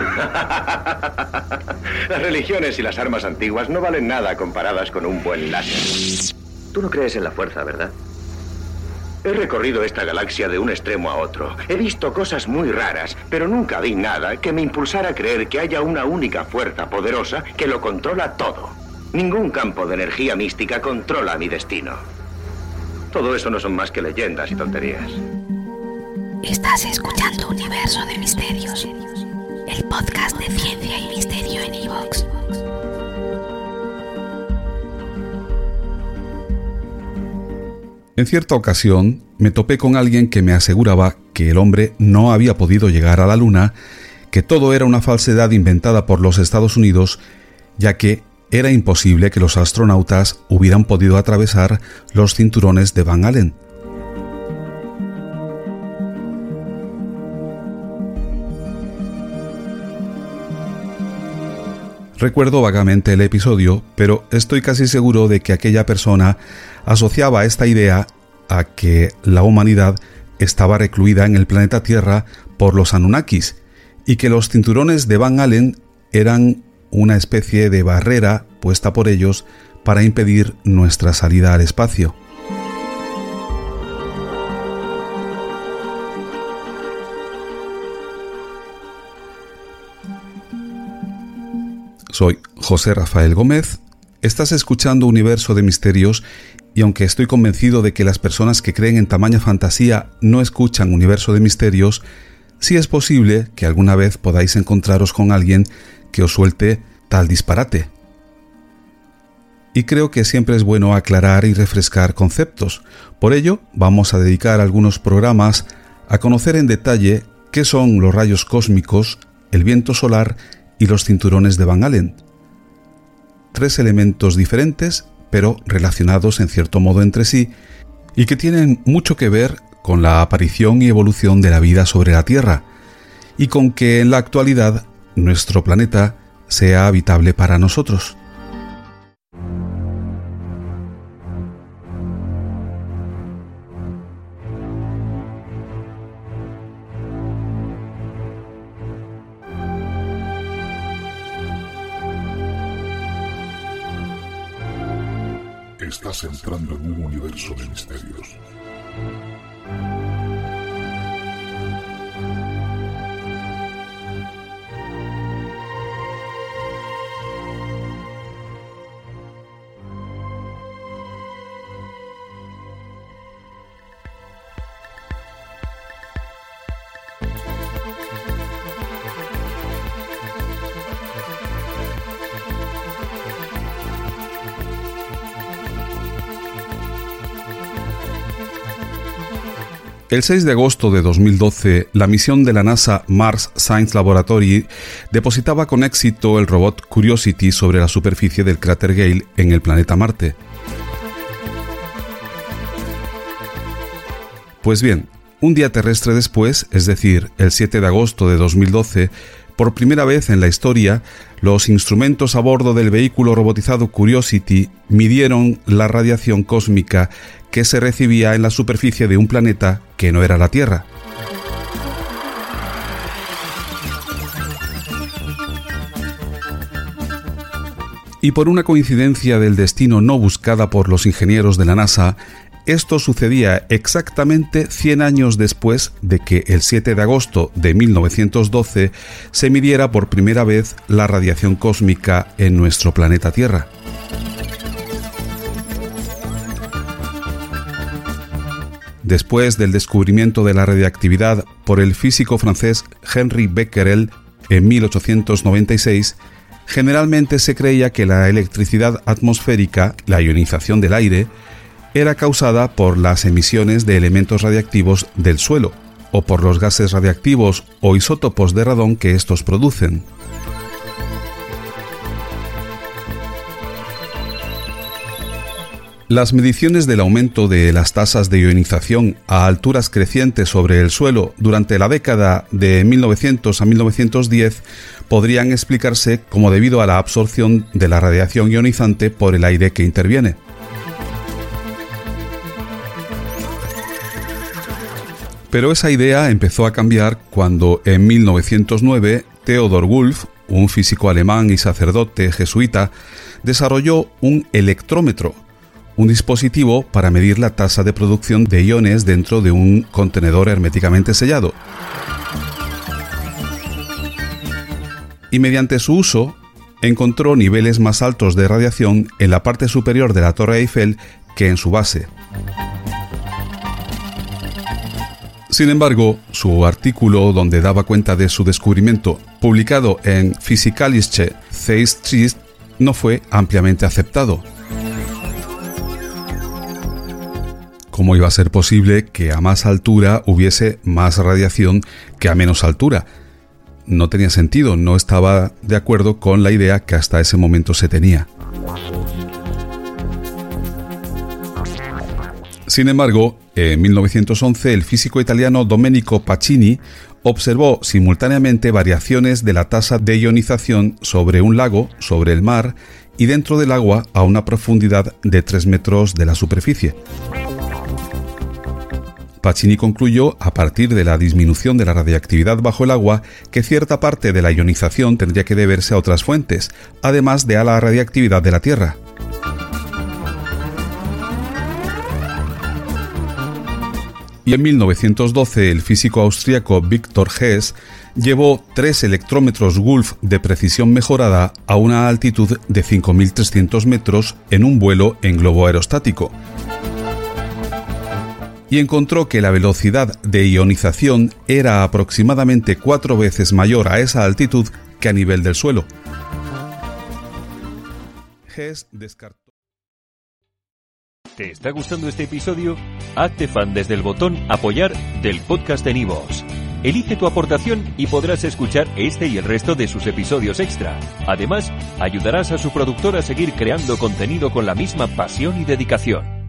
Las religiones y las armas antiguas no valen nada comparadas con un buen láser. Tú no crees en la fuerza, ¿verdad? He recorrido esta galaxia de un extremo a otro. He visto cosas muy raras, pero nunca vi nada que me impulsara a creer que haya una única fuerza poderosa que lo controla todo. Ningún campo de energía mística controla mi destino. Todo eso no son más que leyendas y tonterías. Estás escuchando Universo de Misterios, el podcast de ciencia y misterio en iVoox. En cierta ocasión me topé con alguien que me aseguraba que el hombre no había podido llegar a la Luna, que todo era una falsedad inventada por los Estados Unidos, ya que era imposible que los astronautas hubieran podido atravesar los cinturones de Van Allen. Recuerdo vagamente el episodio, pero estoy casi seguro de que aquella persona asociaba esta idea a que la humanidad estaba recluida en el planeta Tierra por los Anunnakis y que los cinturones de Van Allen eran una especie de barrera puesta por ellos para impedir nuestra salida al espacio. Soy José Rafael Gómez, estás escuchando Universo de Misterios y aunque estoy convencido de que las personas que creen en tamaña fantasía no escuchan Universo de Misterios, sí es posible que alguna vez podáis encontraros con alguien que os suelte tal disparate. Y creo que siempre es bueno aclarar y refrescar conceptos. Por ello, vamos a dedicar algunos programas a conocer en detalle qué son los rayos cósmicos, el viento solar y los cinturones de Van Allen. 3 elementos diferentes, pero relacionados en cierto modo entre sí, y que tienen mucho que ver con la aparición y evolución de la vida sobre la Tierra, y con que en la actualidad nuestro planeta sea habitable para nosotros. Estás entrando en un universo de misterios. El 6 de agosto de 2012, la misión de la NASA Mars Science Laboratory depositaba con éxito el robot Curiosity sobre la superficie del cráter Gale en el planeta Marte. Pues bien, un día terrestre después, es decir, el 7 de agosto de 2012, por primera vez en la historia, los instrumentos a bordo del vehículo robotizado Curiosity midieron la radiación cósmica que se recibía en la superficie de un planeta que no era la Tierra. Y por una coincidencia del destino no buscada por los ingenieros de la NASA, esto sucedía exactamente 100 años después de que el 7 de agosto de 1912 se midiera por primera vez la radiación cósmica en nuestro planeta Tierra. Después del descubrimiento de la radiactividad por el físico francés Henri Becquerel en 1896, generalmente se creía que la electricidad atmosférica, la ionización del aire, era causada por las emisiones de elementos radiactivos del suelo o por los gases radiactivos o isótopos de radón que estos producen. Las mediciones del aumento de las tasas de ionización a alturas crecientes sobre el suelo durante la década de 1900 a 1910 podrían explicarse como debido a la absorción de la radiación ionizante por el aire que interviene. Pero esa idea empezó a cambiar cuando en 1909 Theodor Wolff, un físico alemán y sacerdote jesuita, desarrolló un electrómetro, un dispositivo para medir la tasa de producción de iones dentro de un contenedor herméticamente sellado. Y mediante su uso, encontró niveles más altos de radiación en la parte superior de la Torre Eiffel que en su base. Sin embargo, su artículo donde daba cuenta de su descubrimiento, publicado en Physikalische Zeitschrift, no fue ampliamente aceptado. ¿Cómo iba a ser posible que a más altura hubiese más radiación que a menos altura? No tenía sentido, no estaba de acuerdo con la idea que hasta ese momento se tenía. Sin embargo, en 1911 el físico italiano Domenico Pacini observó simultáneamente variaciones de la tasa de ionización sobre un lago, sobre el mar y dentro del agua a una profundidad de 3 metros de la superficie. Pacini concluyó, a partir de la disminución de la radiactividad bajo el agua, que cierta parte de la ionización tendría que deberse a otras fuentes, además de a la radiactividad de la Tierra. Y en 1912 el físico austríaco Victor Hess llevó 3 electrómetros Wolf de precisión mejorada a una altitud de 5.300 metros en un vuelo en globo aerostático. Y encontró que la velocidad de ionización era aproximadamente 4 veces mayor a esa altitud que a nivel del suelo. Hess descartó. ¿Te está gustando este episodio? Hazte fan desde el botón Apoyar del podcast de Nivos. Elige tu aportación y podrás escuchar este y el resto de sus episodios extra. Además, ayudarás a su productor a seguir creando contenido con la misma pasión y dedicación.